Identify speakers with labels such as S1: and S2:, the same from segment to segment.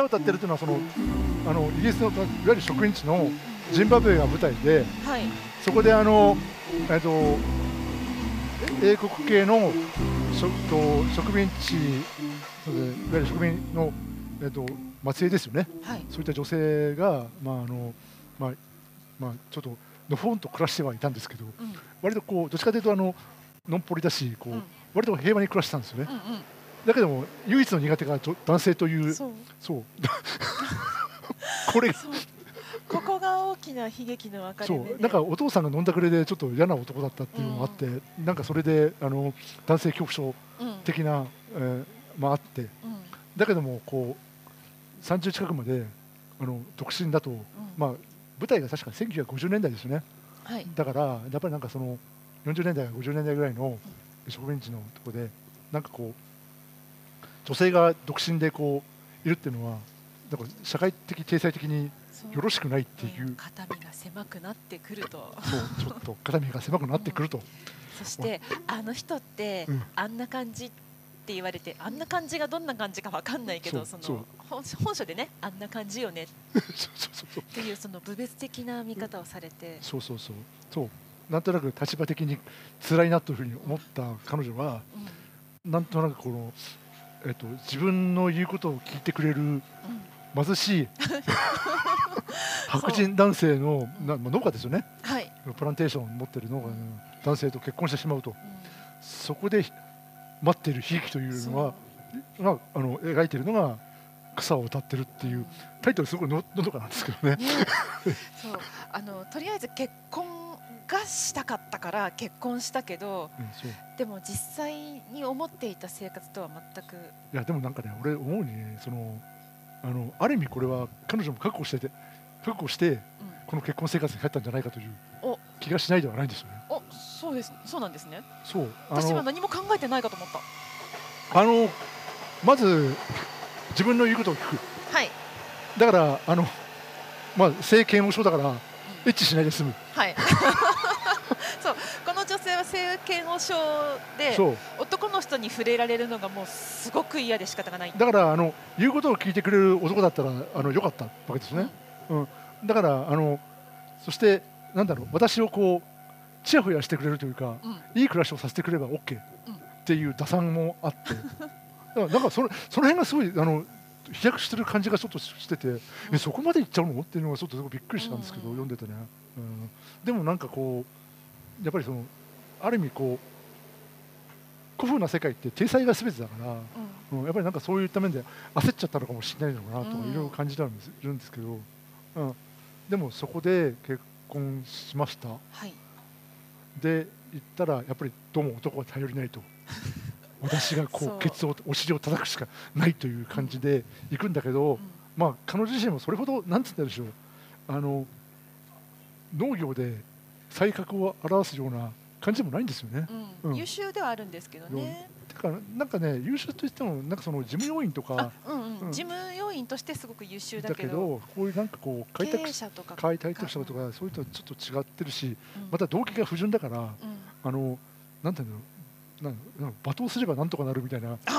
S1: 歌ってるというのはイギリスのいわゆる植民地のジンバブエが舞台で、
S2: はい、
S1: そこで英国系の植民地、いわゆる植民の、末裔ですよね、
S2: はい、
S1: そういった女性が、ちょっとのほほんと暮らしてはいたんですけど、割とこうどっちかというとのんぽりだし割と平和に暮らしてたんですよね。だけども唯一の苦手が男性という、そうこれ
S2: ここが大きな悲劇の分かれ目で、
S1: なんかお父さんが飲んだくれでちょっと嫌な男だったっていうのがあって、なんかそれで男性恐怖症的な、あって、だけどもこう30近くまで独身だと、舞台が確か1950年代ですよね、
S2: はい、
S1: だからやっぱりなんかその40年代50年代ぐらいの植民地のところでなんかこう女性が独身でこういるっていうのはなんか社会的経済的によろしくないっていう、
S2: 肩身が狭くなってくると、
S1: ちょっと肩身が狭くなってくると、
S2: そしてあの人ってあんな感じって言われて、あんな感じがどんな感じか分かんないけど、本書でねあんな感じよねっていうその部別的な見方をされて、
S1: そうなんとなく立場的に辛いなというふうに思った彼女は、なんとなくこの、自分の言うことを聞いてくれる貧しい白人男性の農家ですよね、
S2: はい、
S1: プランテーションを持っている農家の男性と結婚してしまうと、そこで待っている悲劇というのが描いているのが草を歌ってるっていうタイトルすごいのどかなんですけどね。
S2: そうとりあえず結婚がしたかったから結婚したけど、でも実際に思っていた生活とは全く、
S1: いやでもなんかね俺思うにねある意味これは彼女も覚悟して、この結婚生活に入ったんじゃないかという気がしないではないんですよね。
S2: そうなんですね。
S1: そう
S2: 私は何も考えてないかと思った。
S1: まず自分の言うことを聞く、
S2: はい、
S1: だから性嫌悪症だからエッチしないで済む、
S2: はいそう、この女性は性嫌悪症で男の人に触れられるのがもうすごく嫌で仕方がない。
S1: だから言うことを聞いてくれる男だったらよかったわけですね、だからそしてなんだろう、私をこうちやほやしてくれるというか、いい暮らしをさせてくれば OK っていう打算もあってなんかその辺がすごい飛躍してる感じがちょっとしてて、そこまでいっちゃうのっていうのがちょっとすごいびっくりしたんですけど、読んでてね、でもなんかこうやっぱりある意味こう古風な世界って体裁が全てだから、やっぱりなんかそういった面で焦っちゃったのかもしれないのかなとかいろいろ感じたんですけど、でもそこで結婚しました、で言ったらやっぱりどうも男は頼りないと私がこうお尻を叩くしかないという感じで行くんだけど、彼女自身もそれほどなんて言うんでしょう、農業で才覚を表すような感じでもないんですよね、
S2: 優秀ではあるるんですけどね。
S1: だからなんかね、優秀といってもなんかその事務要員とか、
S2: 事務要員としてすごく優秀だけど、
S1: こういうなんかこう開拓者とかそういうとはちょっと違ってるし、また動機が不純だから、なんていうの、罵倒すればなんとかなるみたいな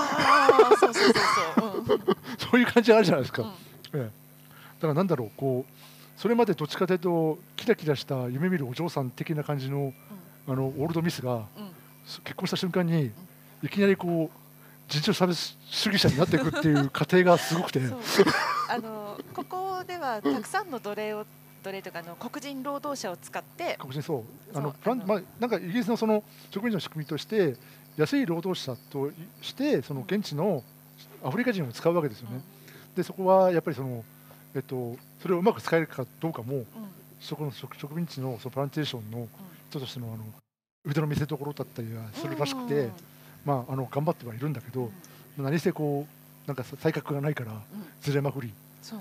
S1: そういう感じあるじゃないですか、だからなんだろう、こうそれまでどっちかというとキラキラした夢見るお嬢さん的な感じの、オールドミスが、結婚した瞬間にいきなりこう人種差別主義者になっていくっていう過程がすごくて
S2: ここではたくさんの奴隷というか黒人労働者を使って、
S1: なんかイギリスのその植民地の仕組みとして安い労働者としてその現地のアフリカ人を使うわけですよね。でそこはやっぱりそれをうまく使えるかどうかも、そこの植民地のそのプランテーションの人としての腕の見せ所だったりはするらしくて、頑張ってはいるんだけど、何せこうなんか才覚がないからずれまくり、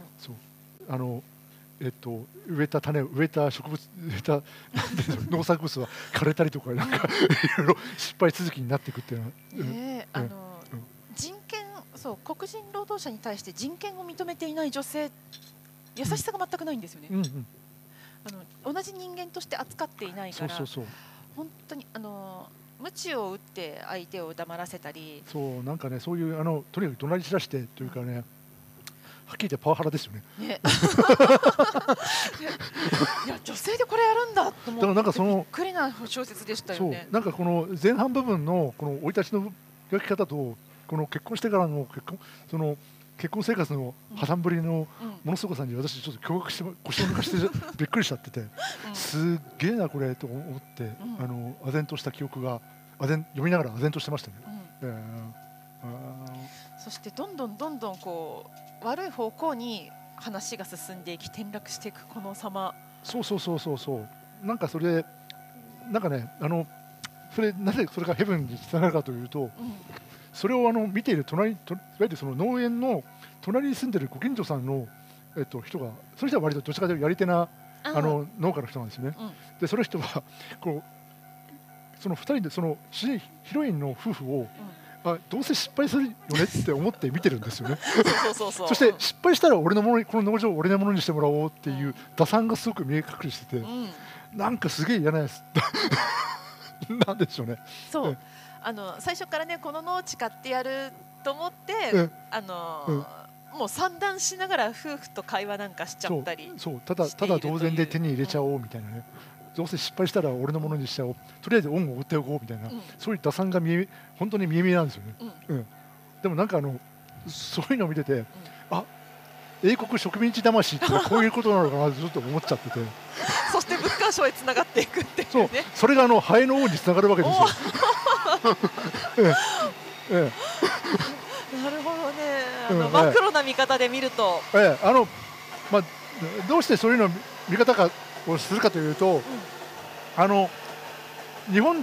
S1: 植えた植物農作物は枯れたりとかなんかいろいろ失敗続きになっていくっていうのは、
S2: 人権、黒人労働者に対して人権を認めていない女性、優しさが全くないんですよね。同じ人間として扱っていないから、本当に鞭を打って相手を黙らせたり、
S1: なんかね、そういうとにかく怒鳴り散らしてというかね、 はっきり言ってパワハラですよね。
S2: ねいや女性でこれやるんだと思って、なんかそのびっくりな小説でしたよね。
S1: そうなんかこの前半部分のこの生い立ちの描き方とこの結婚してからの結婚生活の破綻ぶりのものすごさに私ちょっと驚愕して腰を抜かしてびっくりしちゃってて、すっげえなこれと思って、唖然とした記憶が読みながら唖然としてましたね。
S2: そしてどんどんこう悪い方向に話が進んでいき転落していくこの様。
S1: そうなんかそれなんかねなぜそれがヘブンにつながるかというと、それを見ているいわゆるその農園の隣に住んでいるご近所さんの、人が、その人は割とどちらかというとやり手な農家の人なんですよね。でその人はこうその2人でそのヒロインの夫婦を、どうせ失敗するよねって思って見てるんですよね。そして失敗したらこの農場を俺のものにしてもらおうっていう打算がすごく見え隠れしてて、なんかすげえ嫌なやつなんでしょうね。
S2: そう、最初からねこの農地買ってやると思って、もう算段しながら夫婦と会話なんかしちゃったり、
S1: ただ同然で手に入れちゃおうみたいなね、どうせ失敗したら俺のものにしちゃおう、とりあえず恩を売っておこうみたいな、そういう打算が本当に見え見えなんですよね。でもなんかそういうのを見てて、英国植民地魂ってこういうことなのかなとちょっと思っちゃってて
S2: そして物価賞へつながっていくっていうね。
S1: それがハエの王につながるわけですよ。
S2: なるほどね。マクロな見方で見ると、
S1: どうしてそういうの見方をするかというと、日本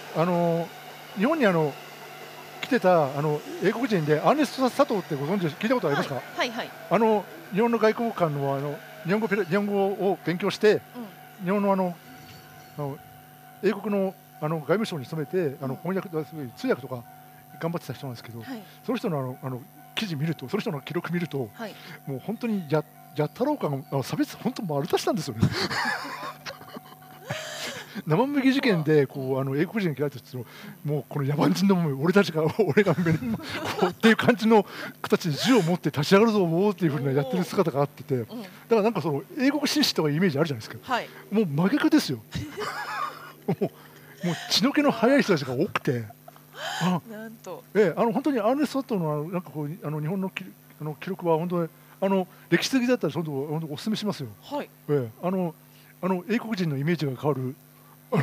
S1: に来てた英国人でアーネスト・佐藤ってご存知聞いたことありますか？日本の外交官の日本語を勉強して、日本の英国の外務省に勤めて翻訳通訳とか頑張ってた人なんですけど、その人の記事見ると、その人の記録見ると、もう本当にやったろうかが差別本当丸出しなんですよね。生麦事件で英国人に切られた人のもうこの野蛮人ども俺がっていう感じの形で銃を持って立ち上がるぞっていうふうにやってる姿があってて、だからなんかその英国紳士とかイメージあるじゃないですか。もう真逆ですよ。もう血の気の速い人たちが多くて、
S2: なんと
S1: 本当にアーネスト・佐藤のなんかこう日本の記録は本当に歴史的だったら本当お勧めしますよ。英国人のイメージが変わる。や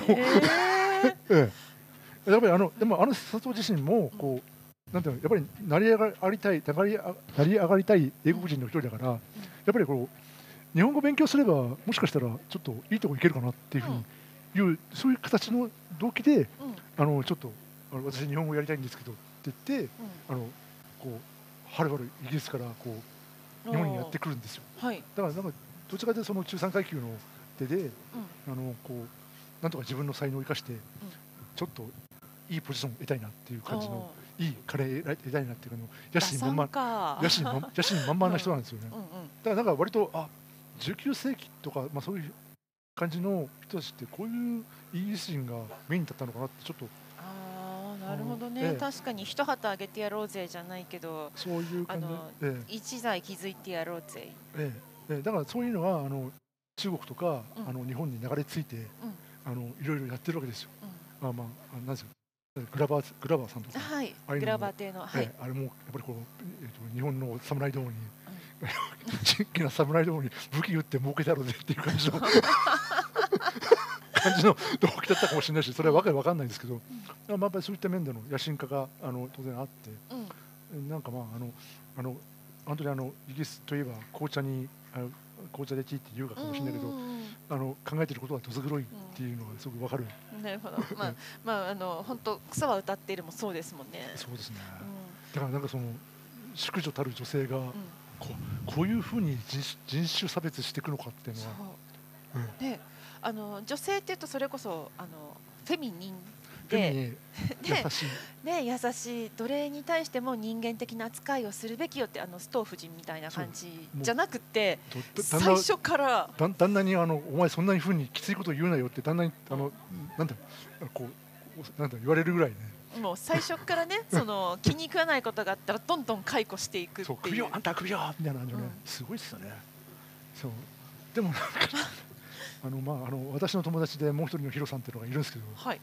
S1: っぱりでも佐藤自身もこうなんていうの、やっぱり成り上がりたい英国人の一人だから、やっぱりこう日本語勉強すればもしかしたらちょっといいとこ行けるかなっていうふうにいう、そういう形の動機で、ちょっと私日本語やりたいんですけどって言って、こうはるばるイギリスからこう日本にやってくるんですよ。だからなんかどちらかというとその中産階級の手で、こうなんとか自分の才能を生かして、ちょっといいポジションを得たいなっていう感じの、いい金を得たいなっていう野心満々な人なんですよね。だからなんか割と19世紀とか、そういう感じの人たちってこういうイギリス人がメインだったのかなってちょっと。
S2: なるほどね、確かに一旗あげてやろうぜじゃないけど、
S1: そういう感じで
S2: 一材築いてやろうぜ。
S1: だからそういうのは中国とか日本に流れ着いて、いろいろやってるわけですよ。なんですよ、グラバーさんとか、
S2: グラバー邸の、
S1: あれもやっぱりこう日本の侍どもに真剣な侍どもに武器撃って儲けたろうぜっていう感じの動機だったかもしれないし、それはわかんないんですけど、やっぱりそういった面での野心家が当然あって、なんか本当にイギリスといえば紅茶でティーって言うかもしれないけど、考えていることはどす黒いっていうのがすごくわかる。
S2: なるほど。本当草は歌っているもそうですもんね。
S1: そうですね。だからなんかその淑女たる女性がこういうふうに人種差別していくのかっていうの
S2: は。女性っていうとそれこそフェミニンで優しい奴隷に対しても人間的な扱いをするべきよってストー夫人みたいな感じじゃなくて、最初から
S1: 旦那にお前そんなにふうにきついこと言うなよって旦那になんだ言われるぐらいね。
S2: もう最初からねその気に食わないことがあったらどんどん解雇していくっていう。
S1: 首よあんた首よみたいな感じでね、すごいですよね。そうでもなんか私の友達でもう一人のヒロさんっていうのがいるんですけど、
S2: はい、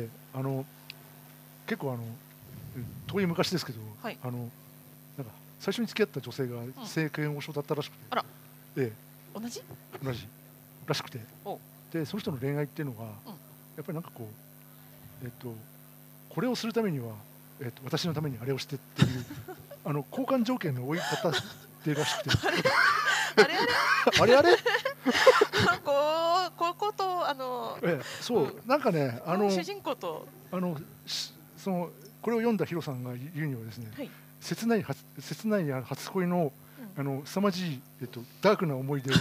S1: 結構遠い昔ですけど、
S2: はい、
S1: なんか最初に付き合った女性が性嫌悪症だったらしくて、
S2: あら、
S1: 同じらしくて、でその人の恋愛っていうのが、やっぱりなんかこうこれをするためには、私のためにあれをしてっていう交換条件の追い方ってらしくてあれ
S2: こうこと
S1: そう、なんかね
S2: 主人公と
S1: そのこれを読んだヒロさんが言うにはですね、はい、切ない初恋の凄まじいダークな思い出を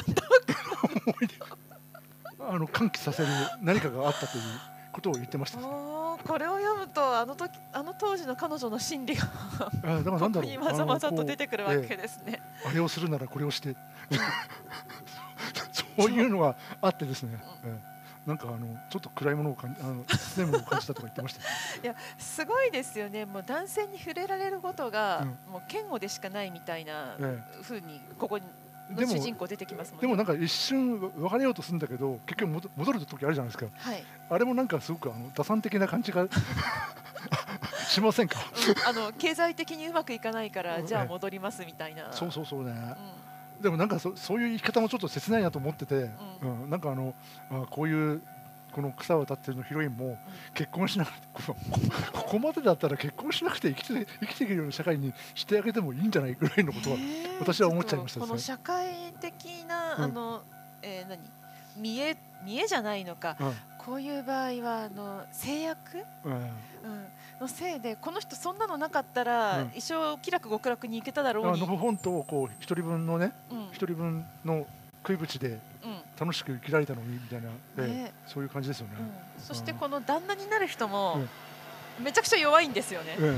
S1: 喚起させる何かがあったということを言ってました、ね。
S2: これを読むとあの当時の彼女の心理がここにまざまざと出てくるわけですね。
S1: あれをするならこれをしてそういうのがあってですね、なんかちょっと暗いものを切ないものを感じたとか言ってました。
S2: いやすごいですよね。もう男性に触れられることが、もう嫌悪でしかないみたいな風にここに主人公出てきますもんね。
S1: でもなんか一瞬別れようとするんだけど結局戻る時あるじゃないですか、はい、あれもなんかすごく打算的な感じがしませんか。
S2: 経済的にうまくいかないからじゃあ戻りますみたいな。
S1: そうね、でもなんかそういう生き方もちょっと切ないなと思ってて、なんかこういうこの草を歌ってるのヒロインも結婚しなくてここまでだったら結婚しなくて生きていけるような社会にしてあげてもいいんじゃないぐらいのことは私は思っちゃいましたですね。
S2: この社会的な見栄じゃないのか、こういう場合は制約、のせいでこの人そんなのなかったら一生気楽極楽に行けただろうに、
S1: 本当こう一人分のね、一人分の食い縁で楽しく生きられたのにみたいな、そういう感じですよね。
S2: そしてこの旦那になる人もめちゃくちゃ弱いんですよね。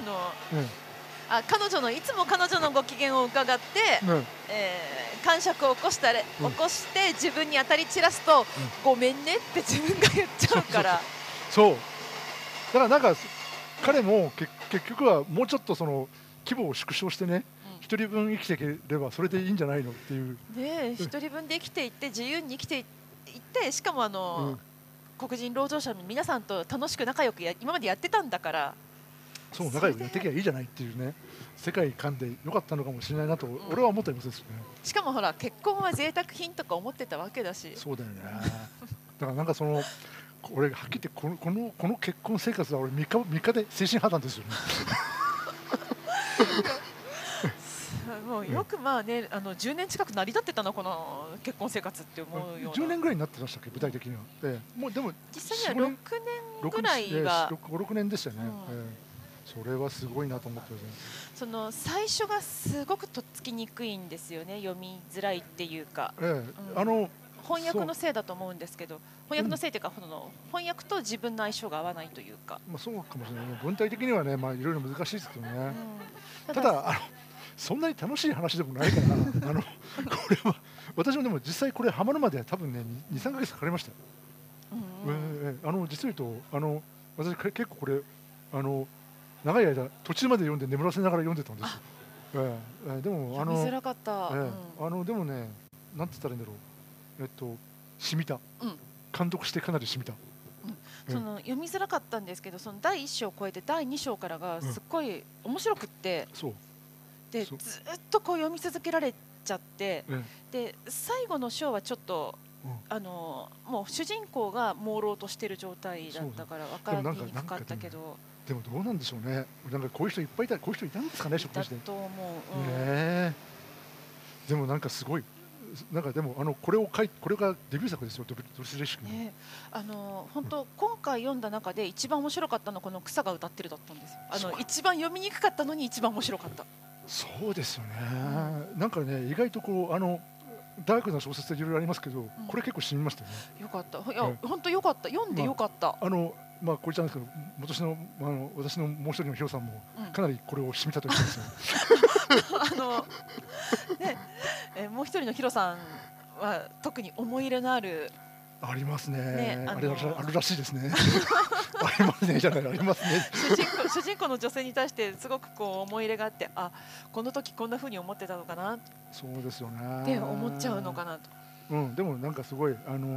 S2: 彼女のいつも彼女のご機嫌を伺って、感触を起こして自分に当たり散らすと、ごめんねって自分が言っちゃうから。
S1: そうだからなんか彼も結局はもうちょっとその規模を縮小してね、一人分生きていければそれでいいんじゃないのっていう。
S2: 一人分で生きていって自由に生きていってしかも黒人労働者の皆さんと楽しく仲良く今までやってたんだから。
S1: そう仲良くやっていけばいいじゃないっていうね、世界観で良かったのかもしれないなと俺は思ったりもするんですよね。
S2: しかもほら結婚は贅沢品とか思ってたわけだし。
S1: そうだよね。だからなんか俺はっきり言ってこの結婚生活は俺3日で精神破綻ですよね。
S2: もうよくまあね10年近く成り立ってたのこの結婚生活って思うような。
S1: 10年ぐらいになってましたっけ具体的には。もうでも
S2: 実際には6年ぐらいは
S1: 5、6年でしたよね。それはすごいなと思ってます
S2: ね。最初がすごくとっつきにくいんですよね。読みづらいっていうか、翻訳のせいだと思うんですけど、翻訳のせいというか、翻訳と自分の相性が合わないというか、
S1: そうかもしれないね。文体的にはね、いろいろ難しいですけどね。ただそんなに楽しい話でもないからこれは私もでも実際これハマるまで多分ね 2、3ヶ月かかりました。実を言うと私結構これ長い間途中まで読んで眠らせながら読んでたんですよ。でも
S2: 読みづらかった。
S1: でもね、なんて言ったらいいんだろう、染みた、監督してかなり染みた。
S2: 読みづらかったんですけど、その第1章を超えて第2章からがすっごい面白くって、でずっとこう読み続けられちゃって、で最後の章はちょっともう主人公が朦朧としてる状態だったから分かりにくかったけど。
S1: でもどうなんでしょうね。なんかこういう人いっぱいいた、こういう人いたんですかね、職員で。
S2: だと思う。
S1: でもなんかすごい、なんかでもこれがデビュー作ですよ、ドルスレシキの。
S2: 本当今回読んだ中で一番面白かったのはこの草が歌ってるだったんですよ。一番読みにくかったのに一番面白かった。
S1: そうですよね。なんかね意外とこうダークな小説でいろいろありますけど、これ結構染みましたよね。
S2: よかった。いや本当よかった。読んでよかった。
S1: これじゃないですけど、私のもう一人のヒロさんもかなりこれを染みたと言ってますよ。
S2: もう一人のヒロさんは特に思い入れのある
S1: ありますね。あるらしいですね。ありますねじゃない、ありますね。
S2: 主人公の女性に対してすごくこう思い入れがあって、あ、この時こんな風に思ってたのかな。
S1: そうですよね。
S2: って思っちゃうのかなと。
S1: うん、でもなんかすごい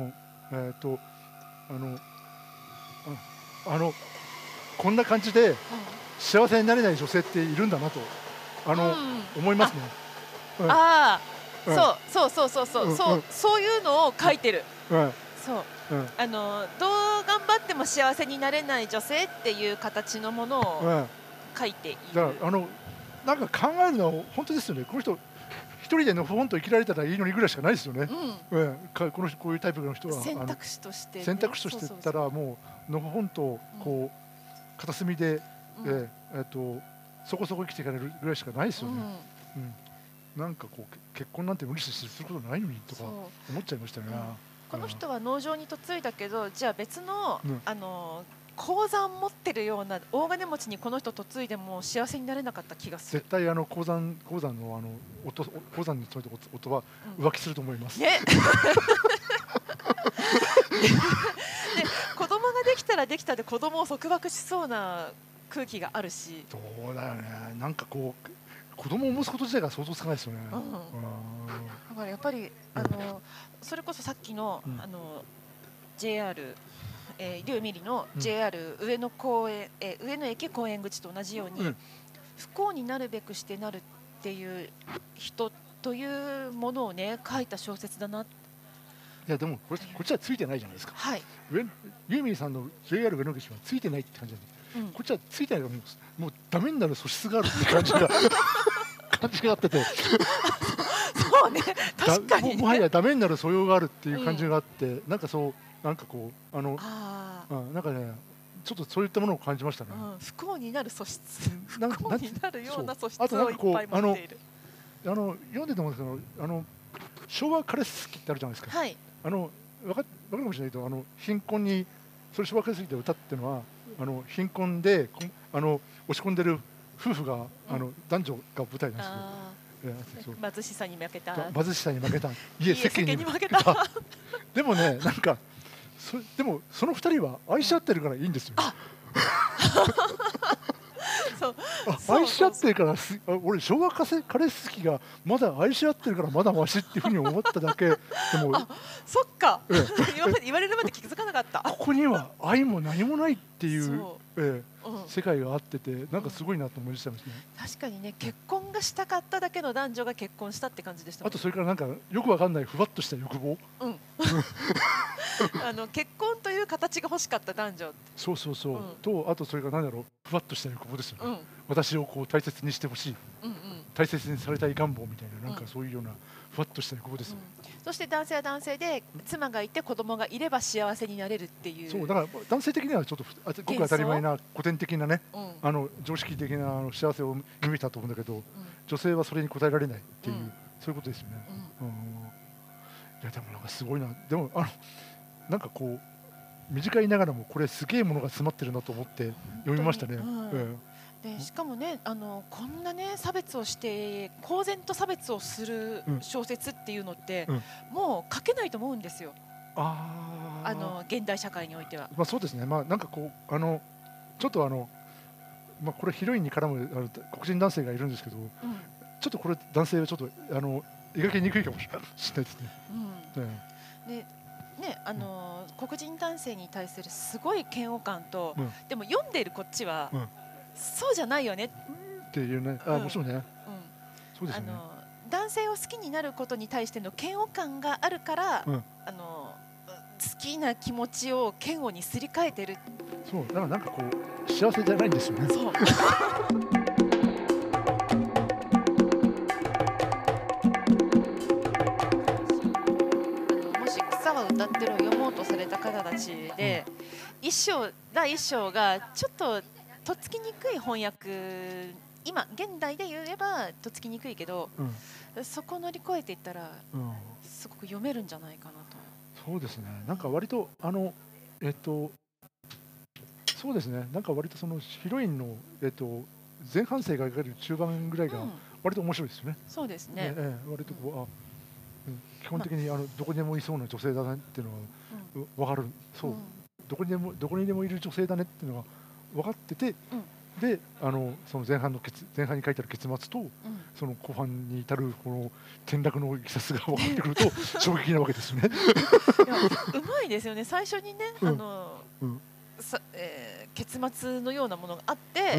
S1: こんな感じで幸せになれない女性っているんだなと思いますね。
S2: ああ、そういうのを書いてる。そう、どう頑張っても幸せになれない女性っていう形のものを書いている。
S1: だからなんか考えるのは本当ですよね。この人一人でのほほんと生きられたらいいのにぐらいしかないですよね。こういうタイプの人は
S2: 選択肢として
S1: たらもうのほほんとこう片隅でそこそこ生きていかれるぐらいしかないですよね。なんかこう結婚なんて無理してすることないのにとか思っちゃいましたね。
S2: この人は農場に嫁いだけど、じゃあ別の鉱山持ってるような大金持ちにこの人嫁いでも幸せになれなかった気がする。
S1: 絶対鉱山に嫁いで夫は浮気すると思います。
S2: ね。で子供ができたらできたで子供を束縛しそうな空気があるし。
S1: そうだよね。なんかこう子供を産むこと自体が想像つかないですよね。
S2: だからやっぱりそれこそさっきのJR 竜ミリの JR 上野駅公園口と同じように、不幸になるべくしてなるっていう人というものをね書いた小説だな。い
S1: やでもこっちはついてないじゃないですか。
S2: はい。
S1: 竜ミリさんの JR 上野駅はついてないって感じなんで。こっちはついてないからもうダメになる素質があるって感じがあってて
S2: そうね、確かに
S1: もはやダメになる素養があるっていう感じがあって、なんかこうなんかねちょっとそういったものを感じましたね。
S2: 不幸になる素質、不幸になるような素質をいっぱい持っている。
S1: 読んでても昭和枯れすきってあるじゃないですか。わかるかもしれないけど貧困にそれ昭和枯れすきで歌っていうのは貧困で落ち込んでる夫婦が男女が舞台なんですよ。
S2: 貧しさに負けた。
S1: 貧しさに負けた。いえ世間に負けた。でもねなんかでもその二人は愛し合ってるからいいんですよ。愛し合ってるから俺昭和枯れすきがまだ愛し合ってるからまだマシっていうふうに思っただけでも
S2: そっか言われるまで気づかなかった。
S1: ここには愛も何もないっていう世界があっててなんかすごいなと思いましたね。
S2: 確かにね、結婚がしたかっただけの男女が結婚したって感じでした。
S1: あとそれからなんかよくわかんないふわっとした欲望、
S2: 結婚という形が欲しかった男女。
S1: そうとあとそれから何だろう、ふわっとした欲望ですよね。私をこう大切にしてほしい、大切にされたい願望みたいな、なんかそういうようなふわっとした欲望ですよ。
S2: そして男性は男性で妻がいて子供がいれば幸せになれるっていう。
S1: そうだから男性的にはちょっとごく当たり前な古典的なね、常識的な幸せを夢見たと思うんだけど、女性はそれに応えられないっていう、そういうことですよね。いやでもなんかすごいな。でもなんかこう短いながらもこれすげえものが詰まってるなと思って読みましたね。
S2: でしかもねこんなね差別をして公然と差別をする小説っていうのって、もう書けないと思うんですよ。現代社会においては。
S1: そうですね。なんかこうちょっとこれヒロインに絡む黒人男性がいるんですけど、ちょっとこれ男性はちょっと描きにくいかもしれないですね。
S2: 黒人男性に対するすごい嫌悪感と、でも読んでいるこっちは、そうじゃないよね
S1: っていうね。もちろんね。そうですね。
S2: 男性を好きになることに対しての嫌悪感があるから、好きな気持ちを嫌悪にすり替えてる。
S1: そうだからなんかこう幸せじゃないんですよね。そう
S2: もし草は歌ってるを読もうとされた方たちで、第一章がちょっととっつきにくい翻訳、今現代で言えばとっつきにくいけど、そこを乗り越えていったら、すごく読めるんじゃないかなと。
S1: そうですね。なんか割とそうですね。なんか割とそのヒロインの前半生が描かれる中盤ぐらいが割と面白いですよね。
S2: そうですね。
S1: 割とこう基本的にどこにでもいそうな女性だなっていうのは分かる、そう、どこにでもいる女性だねっていうのが分かってて、でその前半に書いてある結末と、その後半に至るこの転落のいきさつが分かってくると衝撃なわけですね。
S2: うまいですよね。最初にね、結末のようなものがあって、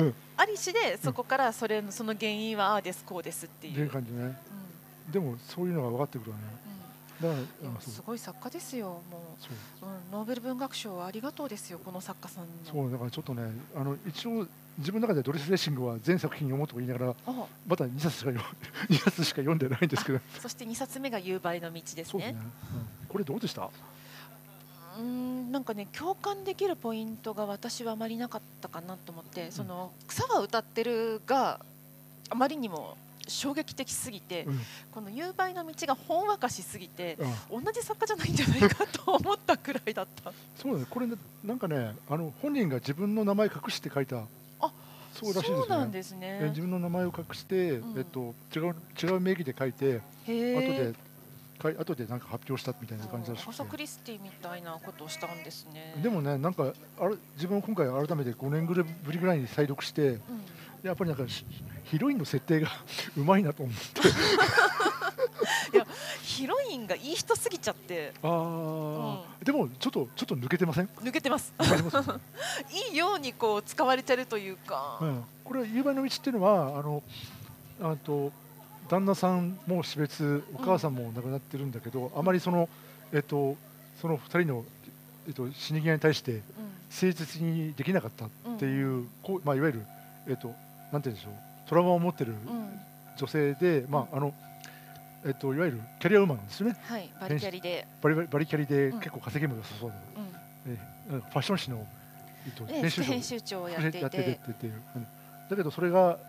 S2: ありしでそこからその原因はああですこうですっていう
S1: 感じね。でもそういうのが分かってくるわね。
S2: だからすごい作家ですよ。もうノーベル文学賞ありがとうですよ、この作家さんの。
S1: そうだからちょっとね、一応自分の中でドレスレーシングは全作品読もうと言いながら、まだ2冊しか読んでないんですけど。
S2: そして2冊目が夕張の道ですね。
S1: これどうでした？
S2: なんかね、共感できるポイントが私はあまりなかったかなと思って、その草は歌ってるがあまりにも衝撃的すぎて、この夕張の道がほんわかしすぎて、同じ作家じゃないんじゃないかと思ったくらいだった。
S1: そうね、これなんかね、本人が自分の名前隠して書いた。そうらしいですね。
S2: そうなんですね。
S1: 自分の名前を隠して、違う名義で書いて、後でなんか発表したみたいな感じらしくて。
S2: アガサ・クリスティみたいなことをしたんですね。
S1: でもね、なんか自分今回改めて5年ぶりぐらいに再読して、やっぱりなんかヒロインの設定がうまいなと思って。
S2: いや、ヒロインがいい人すぎちゃって。
S1: でもちょっと抜けてません？
S2: 抜けてます。いいようにこう使われてるというか。
S1: これ夕張の道っていうのは旦那さんも死別、お母さんも亡くなってるんだけど、あまりその2人の死に際に対して誠実にできなかったっていう、いわゆるなんて言うんでしょう、トラウマを持ってる女性で、いわゆるキャリアウーマンなんですよね。
S2: バリキャリで
S1: バリキャリで結構稼ぎも良さそうな、ファッション誌の
S2: 編集長をやっていて、
S1: だけどそれが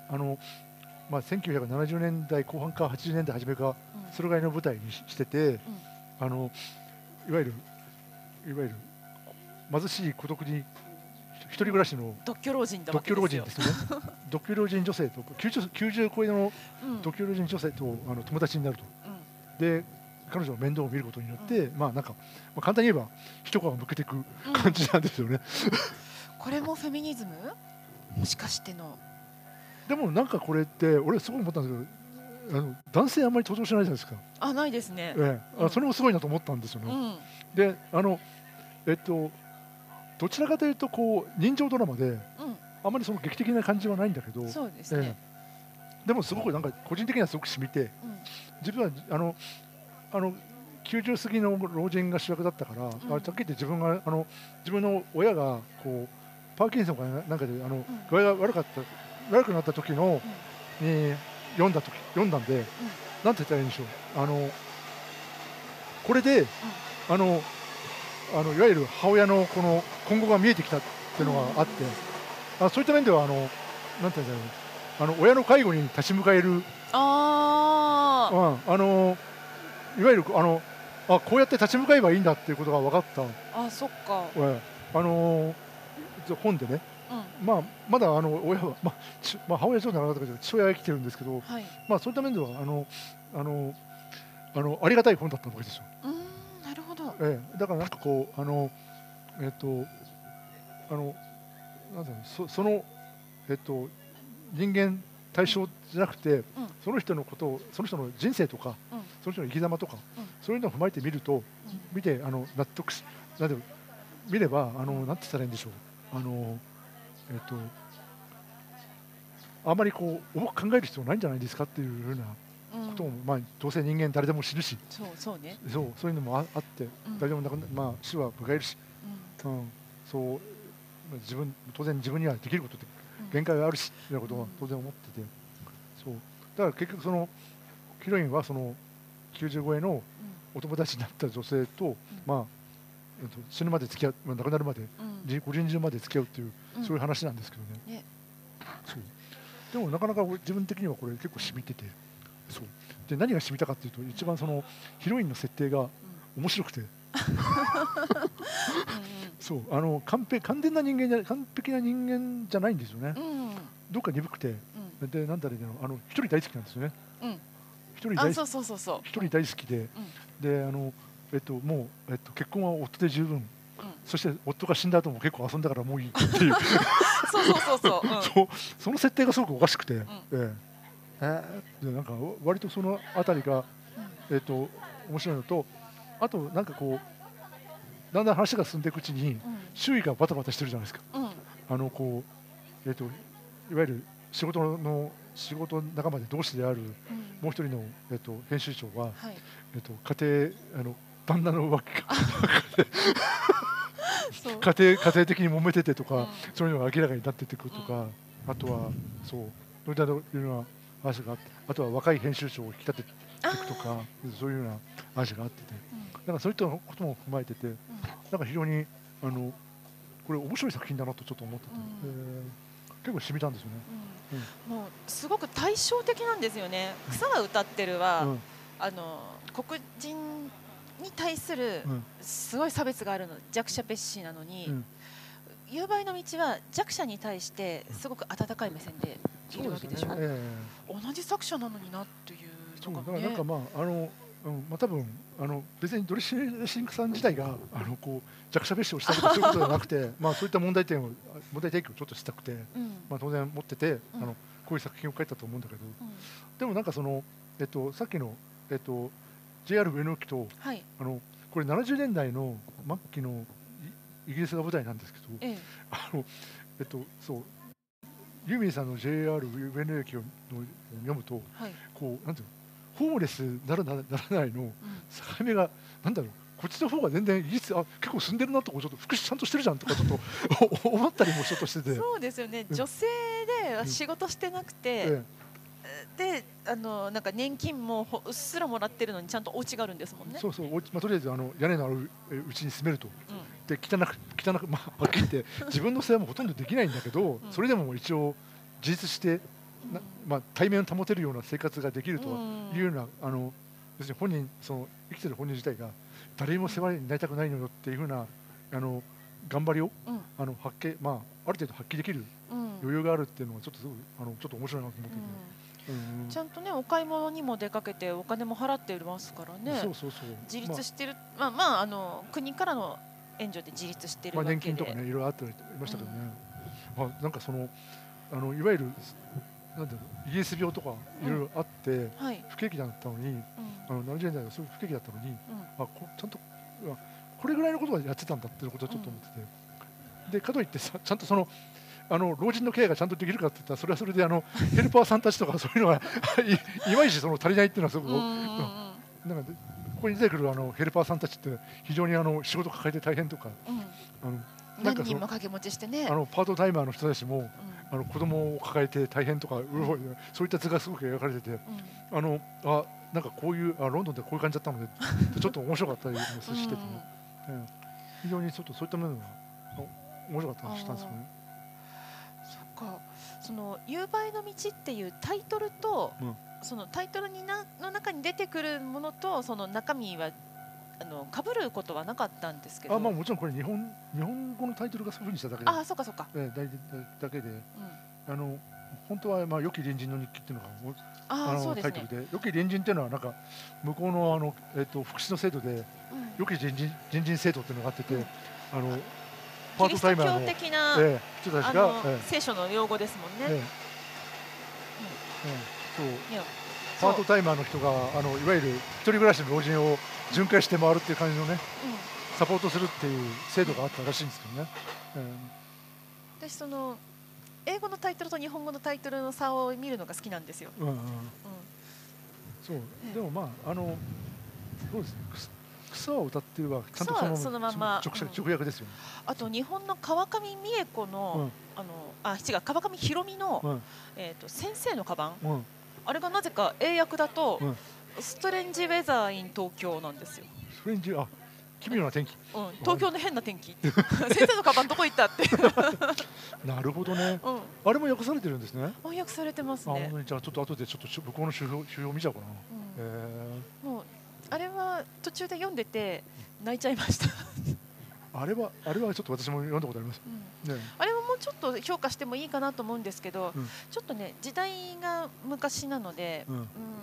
S1: 1970年代後半か80年代初めか、それぐらいの舞台にしてて、いわゆる貧しい孤独に一人暮らしの
S2: 独居老人
S1: ですね。独居老人女性と90超えの独居老人女性と友達になると。で彼女の面倒を見ることによって、なんか簡単に言えば一皮むけていく感じなんですよね。
S2: これもフェミニズム？もしかしての。
S1: でもなんかこれって俺すごい思ったんですけど、男性あんまり登場しないじゃないですか。
S2: ないですね。
S1: それもすごいなと思ったんですよね。でどちらかというとこう人情ドラマで、あまりその劇的な感じはないんだけど、
S2: そうですね。
S1: でもすごくなんか個人的にはすごく染みて、自分は90過ぎの老人が主役だったから、さっき言って自分の親がこうパーキンソンかなんかで具合が悪くなった時のに読んだんで、なんて言ったらいいんでしょう、これでいわゆる母親のこの今後が見えてきたっていうのがあって、そういった面ではなんて言うんだろう、親の介護に立ち向かえる、いわゆるこうやって立ち向かえばいいんだっていうことが分かった。
S2: そっか。
S1: 本でね、まだ親は、母親はそうじゃなかったけど父親は生きてるんですけど、そういった面ではありがたい本だったわけですよ。
S2: なるほど。
S1: だからなんかこうなんその人間対象じゃなくて、その人のことを、その人の人生とか、その人の生き様とか、そういうのを踏まえて見ると、見て納得し、見ればなんて言ったらいいんでしょう、あまりこう重く考える必要ないんじゃないですかっていうふうなことも、どうせ人間誰でも死ぬし、
S2: そう
S1: いうのもあって、誰でも死は迎えるし、そう当然自分にはできることって限界があるしみたいなことは当然思ってて、そうだから結局そのヒロインはその90超えのお友達になった女性と、死ぬまで付き合う、亡くなるまで、ご臨終まで付き合うっていう、そういう話なんですけどね。そうでもなかなか自分的にはこれ結構染みてて、そうで何が染みたかっていうと、一番そのヒロインの設定が面白くてそう完璧な人間じゃないんですよね。どっか鈍くて、でなんだろう、一人大好きなんですよね。一人大好きで、でもう、結婚は夫で十分、そして夫が死んだ後も結構遊んだからもういいっていうその設定がすごくおかしくて、なんか割とそのあたりが、面白いのと、あとなんかこうだんだん話が進んでいくうちに、周囲がバタバタしてるじゃないですか。こういわゆる仕事仲間で同志であるもう一人の、編集長は、家庭旦那の浮気家庭的に揉めててとか、そういうのが明らかになっていくとか、あとはそういったような話があって、あとは若い編集長を引き立てていくとか、そういうような話があってて、なんかそういったことも踏まえてて、なんか非常にこれ面白い作品だなとちょっと思ってて、結構染みたんですよね。
S2: もうすごく対照的なんですよね。草は歌ってるは、黒人に対するすごい差別があるの、弱者蔑視なのに、夕映の道は弱者に対してすごく温かい目線でいるわけでしょ。同じ作者なのになというのがね。
S1: なんか多分別にドレッシングさん自体がこう弱者蔑視をしたとかそういうことではなくてそういった問題提起をちょっとしたくて、当然持っててこういう作品を書いたと思うんだけど、でもなんかさっきのJR 上野駅と、これ70年代の末期のイギリスが舞台なんですけど、そうユーミンさんの JR 上野駅を読むと、こうなんていうの、ホームレスならないの境目がなんだろう、こっちの方が全然結構住んでるなとか、ちょっと福祉ちゃんとしてるじゃんとかちょっと思ったりもちょっとしてて、
S2: そうですよね、女性で仕事してなくて、でなんか年金もうっすらもらってるのにちゃんとお家があるんですもんね。
S1: そうそう、とりあえず屋根のあるうちに住めると、で汚くはっきり言って自分の世話もほとんどできないんだけど、それでも一応自立して対面を保てるような生活ができるというような要するに生きてる本人自体が誰にも世話になりたくないのよっていうふうな頑張りをある程度発揮できる余裕があるっていうのはちょっと面白いなと思ってて。
S2: ちゃんとね、お買い物にも出かけてお金も払っていますからね。自立してる、国からの援助で自立してるわけで、
S1: 年金とかね、いろいろあっていましたけどね。なんかいわゆるなんだろう、イギリス病とかいろいろあって不景気だったのに、70年代はそういう不景気だったのに、ちゃんとこれぐらいのことはやってたんだっていうことをちょっと思ってて、でかといってちゃんと老人のケアがちゃんとできるかって言ったら、それはそれでヘルパーさんたちとかそういうのがいまいち足りないっていうのはすごく、なんかここに出てくるヘルパーさんたちって非常に仕事抱えて大変とか、
S2: 何人も掛け持ちしてね、
S1: パートタイマーの人たちも子供を抱えて大変とか、そういった図がすごく描かれてて、なんかこういうロンドンでこういう感じだったのでちょっと面白かったりもしててね、非常にちょっとそういった面が面白かったりしたんですよね。
S2: その夕映の道っていうタイトルと、そのタイトルの中に出てくるものとその中身は被ることはなかったんですけど、
S1: もちろんこれ日本語のタイトルがそういうふうにしただけで、
S2: そうかそうか、
S1: だけで、本当は良き隣人の日記っていうのがタイトルで、良き隣人っていうのはなんか向こうの福祉の制度で良き隣人制度っていうのがあってて、
S2: パートタイマーの的な
S1: 人たちが
S2: 聖書の用語ですもんね。
S1: パートタイマーの人がいわゆる一人暮らしの老人を巡回して回るっていう感じのね、サポートするっていう制度があったらしいんですけどね。
S2: 私英語のタイトルと日本語のタイトルの差を見るのが好きなんですよ。
S1: そうでもそうですね、草を歌ってるはちゃんとそのまま直訳ですよね。
S2: あと日本の川上美恵子の川上弘美の先生のカバン、あれがなぜか英訳だとストレンジウェザーイン東京なんですよ。
S1: ストレンジ奇妙な天気、
S2: 東京の変な天気先生のカバンどこ行ったって
S1: なるほどね、あれも訳されてるんですね。
S2: 訳されてますね。
S1: じゃあちょっと後でちょっと向こうの手法見ちゃおうか
S2: な。もうあれは途中で読んでて泣いちゃいました
S1: あれはちょっと私も読んだことあります。
S2: あれはもうちょっと評価してもいいかなと思うんですけど、ちょっとね時代が昔なので、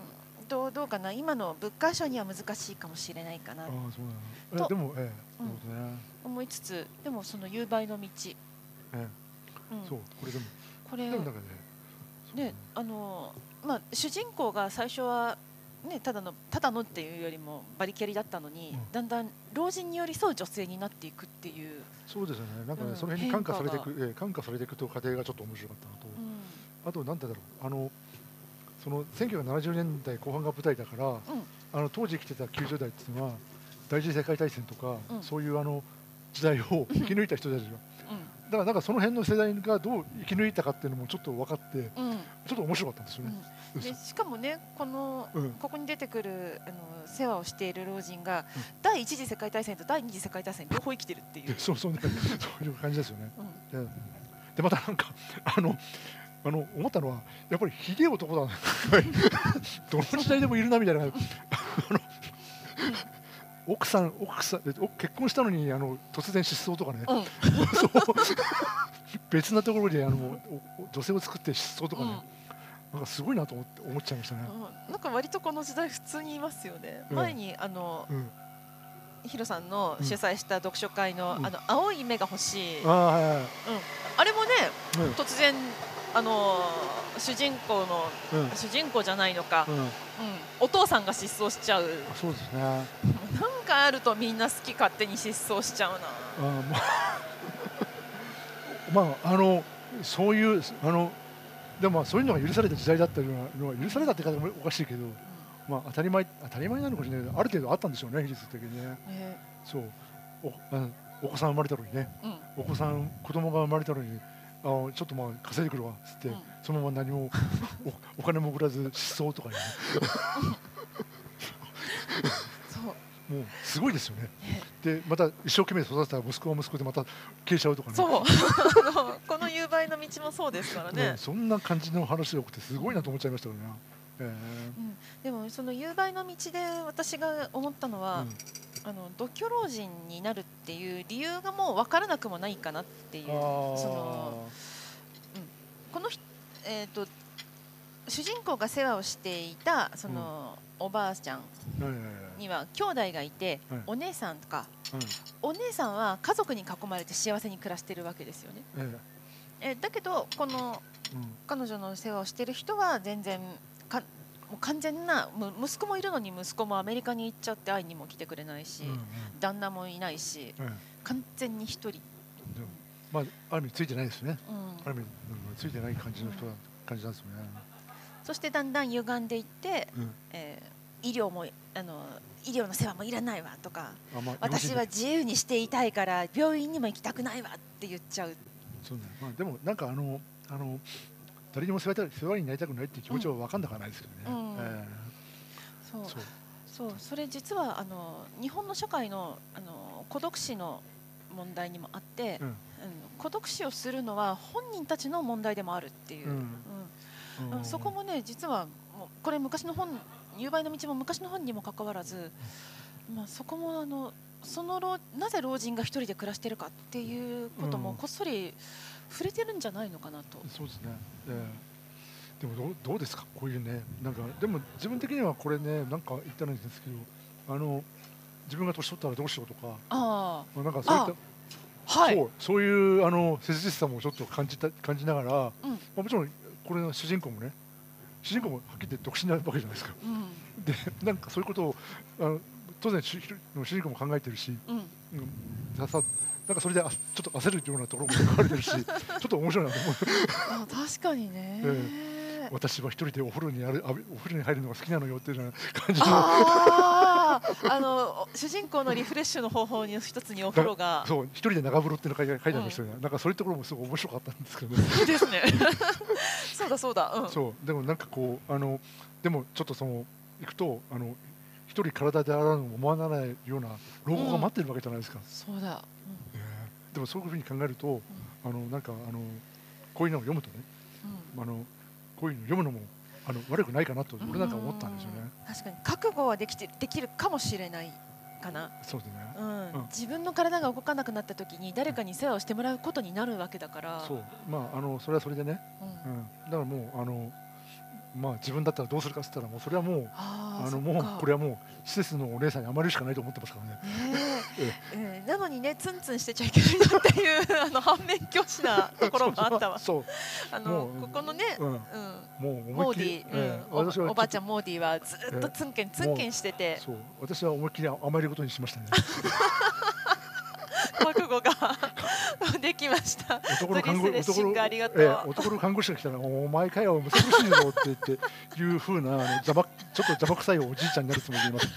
S2: どうかな、今の物価賞には難しいかもしれないかな。
S1: そうなでも、
S2: 思いつつ、でもその夕張の道。
S1: そう、これでも。
S2: これ。ね、まあ、主人公が最初は。ね、ただのっていうよりもバリキャリだったのに、だんだん老人に寄り添う女性になっていくっていう。
S1: そうですよね。なんかね、その辺に感化されていく、感化されていくと過程がちょっと面白かったのと。あと、なんてだろう、その1970年代後半が舞台だから、当時生きてた90代っていうのは。第一次世界大戦とか、そういう時代を生き抜いた人たちが。だから、なんかその辺の世代がどう生き抜いたかっていうのもちょっと分かって。ちょっと面白かったんですよね。
S2: でしかもね、ここに出てくる世話をしている老人が、第一次世界大戦と第二次世界大戦両方生きてるっていう。
S1: そういう感じですよね。でまたなんか思ったのはやっぱりひでえ男だなどの時代でもいるなみたいな奥さん結婚したのに突然失踪とかね、別なところで女性を作って失踪とかね、なんかすごいなと思っちゃいましたね。
S2: なんか割とこの時代普通にいますよね。前にヒロさんの主催した読書会の青い目が欲しい、あれもね、突然主人公じゃないのか、お父さんが失踪しちゃう。
S1: そうですね。
S2: なんかあるとみんな好き勝手に失踪しちゃうな。
S1: まあそういうでもそういうのが許された時代だったのは許されたって言い方もおかしいけど、まあ当たり前なのかもしれないけど、ある程度あったんでしょうね、比率的にね。そう、お子さん生まれたのにね、子供が生まれたのに、ちょっとまあ稼いでくるわっつって、そのまま何もお金も送らず失踪とかね。もうすごいですよね。でまた一生懸命育てた息子は息子でまた消えちゃうとかね。
S2: そうこの夕張の道もそうですからね。
S1: そんな感じの話が多くてすごいなと思っちゃいましたよね。
S2: でもその夕張の道で私が思ったのは、独居老人になるっていう理由がもう分からなくもないかなっていう。この主人公が世話をしていたそのおばあちゃんには兄弟がいて、お姉さんとか、お姉さんは家族に囲まれて幸せに暮らしているわけですよね。だけどこの彼女の世話をしている人は全然もう完全な、息子もいるのに息子もアメリカに行っちゃって会いにも来てくれないし、旦那もいないし、完全に一人。
S1: まあある意味ついてないですね。ある意味ついてない感じの人感じなんですよね。
S2: そしてだんだん歪んでいって、医療の世話もいらないわとか、私は自由にしていたいから病院にも行きたくないわって言っちゃう。
S1: そうね。でもなんか誰にも世話になりたくないっていう気持ちは分かんなくはないですけどね。
S2: それ実は日本の社会の孤独死の問題にもあって、孤独死をするのは本人たちの問題でもあるっていう。そこもね、実はもうこれ昔の本、夕張の道も昔の本にもかかわらず、そこもなぜ老人が一人で暮らしているかっていうこともこっそり触れてるんじゃないのかなと。
S1: そうですね。でもどうですか、こういうね、なんかでも自分的にはこれね、なんか言ったらいいんですけど、自分が年取ったらどうしようとか、なんかそういったそういう切実さもちょっと感じながら、もちろんこれの主人公もはっきり言って独身なわけじゃないですか。でなんかそういうことを当然主人公も考えてるし、なんかそれでちょっと焦るようなところも書かれてるし、ちょっと面白いなと思う。
S2: 確かにね。
S1: 私は一人でお風呂に入るのが好きなのよっていうような感じ
S2: の。主人公のリフレッシュの方法に一つにお風呂が。
S1: そう、一人で長風呂っていうのが書いてありましたよね。なんかそういうところもすごい面白かったんですけどね。
S2: いいですね。そうだ。
S1: そうでもなんかこうでもちょっと行くと一人体で洗うのも思わないような老後が待ってるわけじゃないですか。
S2: そうだ。
S1: でもそういうふうに考えるとなんかこういうのを読むとね、こういうの読むのも悪くないかなと俺なんか思ったんですよね。
S2: 確かに覚悟はできるかもしれないかな。
S1: そうですね。
S2: 自分の体が動かなくなった時に誰かに世話をしてもらうことになるわけだから。
S1: そう、それはそれでね。だからもうまあ自分だったらどうするかって言ったらもうそれはもうもうこれはもう施設のお姉さんに甘えるしかないと思ってますから
S2: ね。なのにねツンツンしてちゃいけないなっていう反面教師なところもあったわ。ここのね、
S1: もう
S2: モーディおばあちゃんモーディはずっとツンケンしてて、
S1: そう私は思いっきり甘えることにしましたね。
S2: 覚悟ができました。
S1: 男の看護師が来たらお前かよ難しいぞって言っていう風なちょっと邪魔くさいおじいちゃんになるつもりでいます。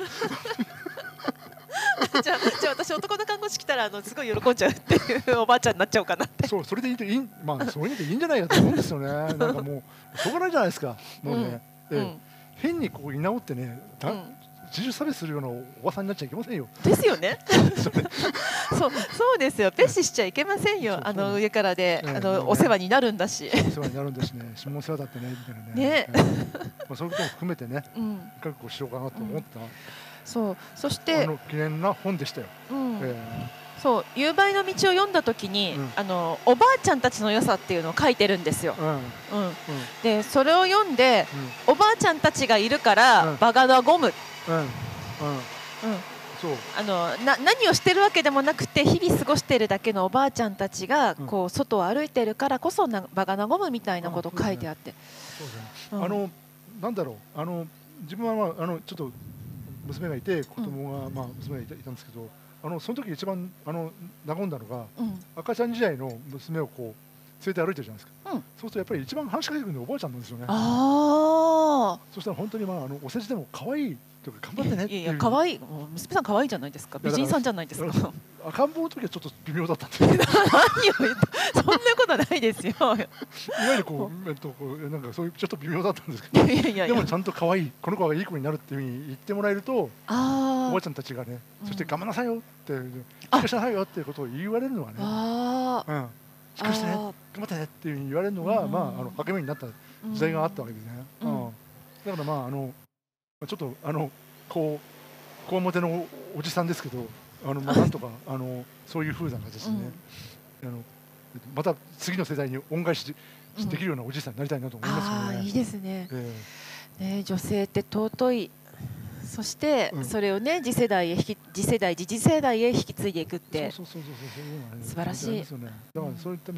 S2: じゃあ私男の看護師来たらすごい喜んじゃうっていうおばあちゃんになっちゃおうかなって。
S1: そうそれでいいまあそういうのでいいんじゃないかと思うんですよね。なんかもうしょうがないじゃないですか。もうね、変にこう居直ってね。人種差別するようなおばさんになっちゃいけませんよ。
S2: ですよね。そうですよ。ペシしちゃいけませんよ。上からでお世話になるんだし。
S1: お世話になるんだしね。下世話だってねみたいなね。まあそういうことも含めてね、覚悟しようかなと思った。
S2: そして
S1: 記念な本でしたよ。
S2: そう夕張の道を読んだ時におばあちゃんたちの良さっていうのを書いてるんですよ。でそれを読んでおばあちゃんたちがいるから場が和む。何をしてるわけでもなくて日々過ごしているだけのおばあちゃんたちがこう外を歩いてるからこそ場が和むみたいなこと書いてあって、
S1: なんだろう自分はちょっと娘がいて子供が娘がいたんですけどその時一番和んだのが赤ちゃん時代の娘をこう連れて歩いてるじゃないですか。そうするとやっぱり一番話しかけてくるのはおばあちゃんなんですよね。そしたら本当にお世辞でも可愛いとか頑張ってねっていう。
S2: いや可愛い娘さん可愛いじゃないですか。美人さんじゃないですか。
S1: 赤ん坊の時はちょっと微妙だったんで。
S2: 何を言ったそんなことないですよ。いわ
S1: ゆるなんかそういうちょっと微妙だったんですけど。でもちゃんと可愛いこの子がいい子になるっていうふうに言ってもらえるとおばあちゃんたちがねそして頑張らなさいよってしっかりしなさいよっていうことを言われるのはね。しっかりしてね頑張ってねっていうふうに言われるのが励みになった時代があったわけですね。だからちょっとこわもてのおじさんですけどなんとかそういう風な形でねまた次の世代に恩返しできるようなおじいさんになりたいなと思いますよね。
S2: いいですね。女性って尊い。そしてそれをね次世代へ引き継いでいくって素晴らしい。
S1: だからそういった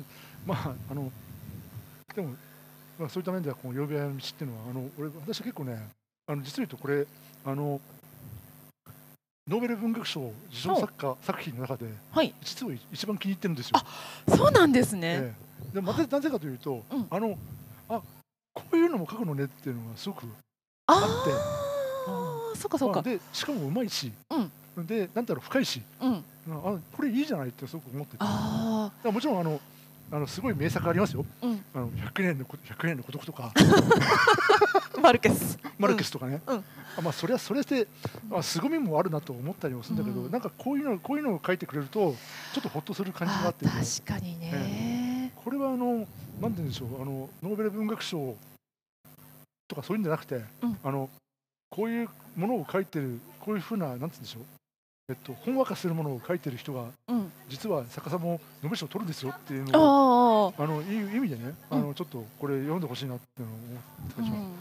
S1: でもそういった面ではこの曜日の道っていうのは私は結構ね実を言うとこれノーベル文学賞受賞作品の中で実は一番気に入ってるんですよ。
S2: そうなんですね。
S1: でなぜかというとこういうのも書くのねっていうのがすごくあって。
S2: そうか。
S1: でしかもうまいし、でなんだろう深いし、これいいじゃないってすごく思ってて。もちろんすごい名作ありますよ。100年の孤独とか
S2: マルケス
S1: とかね。それはそれで凄みもあるなと思ったりもするんだけど、なんかこういうのを書いてくれるとちょっとほっとする感じがあって。
S2: 確かにね。
S1: これはなんて言うんでしょうノーベル文学賞とかそういうんじゃなくてこういうものを書いてるこういうふうななんて言うんでしょうほんわかするものを書いてる人が実は作家さんもノーベル賞を取るんですよっていうのをいう意味でねちょっとこれ読んでほしいなっていうのを思って感じます。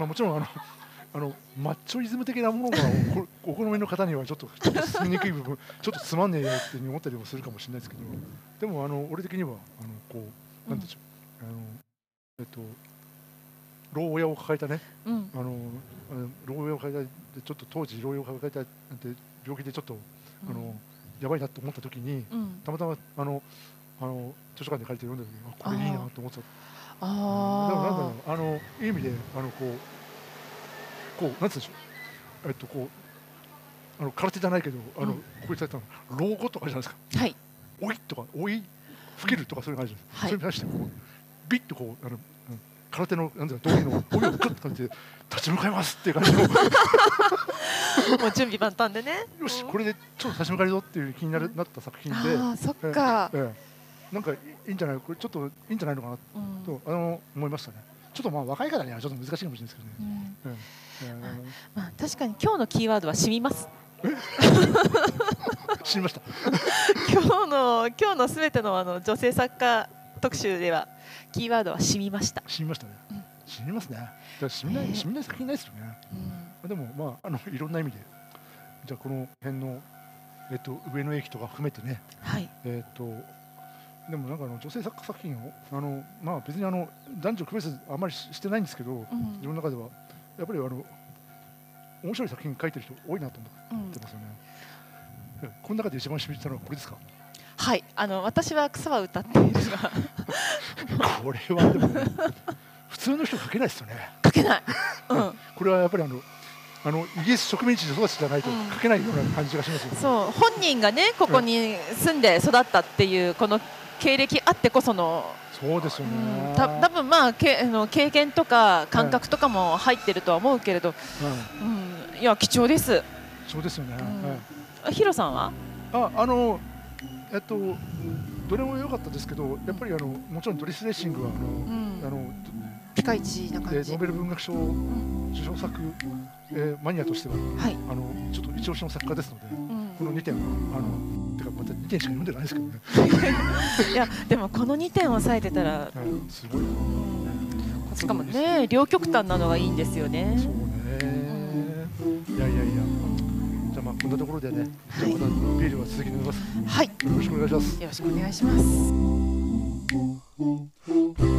S1: もちろんマッチョイズム的なものがお好みの方にはちょっと進みにくい部分ちょっとつまんねえよって思ったりもするかもしれないですけど、でも俺的にはこうなんでしょう老親を抱えたね、老親を抱えたちょっと当時老親を抱えた病気でちょっとやばいなと思った時にたまたま図書館で借りて読んだ時にこれいいなと思ってた。だからなんだろういい意味でこうなんて言うんでしょう空手じゃないけどこういった老後とかじゃないですか。老いとか老い老けるとかそういう感じです。それに対してビッと空手のなんていうか道着の老いをグッと感じて立ち向かいますっていう感じのもう
S2: 準備万端でね。
S1: よしこれでちょっと立ち向かいぞっていう気になった作品で。
S2: そっか。
S1: なんかいいんじゃないこれちょっといいんじゃないのかなと思いましたね。ちょっと若い方にはちょっと難しいかもしれないですけどね。
S2: 確かに今日のキーワードは染みます。
S1: 知りました。
S2: 今日のすべての女性作家特集ではキーワードは染みました。
S1: 染みましたね。 死にますね。だから死んない作品ないですよね。でもまあいろんな意味で、じゃあこの辺の上野駅とか含めてね。
S2: はい。
S1: でもなんか女性作家作品をまあ別に男女区別あんまりしてないんですけど、自分の中ではやっぱり面白い作品書いてる人多いなと思ってますよね。この中で一番しみたのはこれですか？
S2: はい、私は草は歌っているが
S1: これはでもね普通の人書けないですよね。
S2: 書けない、
S1: これはやっぱりイギリス植民地で育ちじゃないと書けないような感じがしますよね。
S2: そう、本人がねここに住んで育ったっていうこの経歴あってこその、
S1: そうですよね。
S2: 多分まあ経験とか感覚とかも入ってるとは思うけれど、いや貴重です。
S1: そうですよね。
S2: ヒロさんは？
S1: どれも良かったですけど、やっぱりもちろんドリス・レーシングは
S2: ピカイチな感じ。
S1: ノーベル文学賞受賞作マニアとしてはちょっと一押しの作家ですので、この2点はてかまた2点しか読んでないですけどね。
S2: いやでもこの2点を抑えてたら
S1: すごい。
S2: しかもね両極端なのがいいんですよね。
S1: そうね。いや。じゃあまあこんなところでね。じゃあまたビールは続きになります。
S2: はい。
S1: よろしくお願いします。
S2: よろしくお願いします。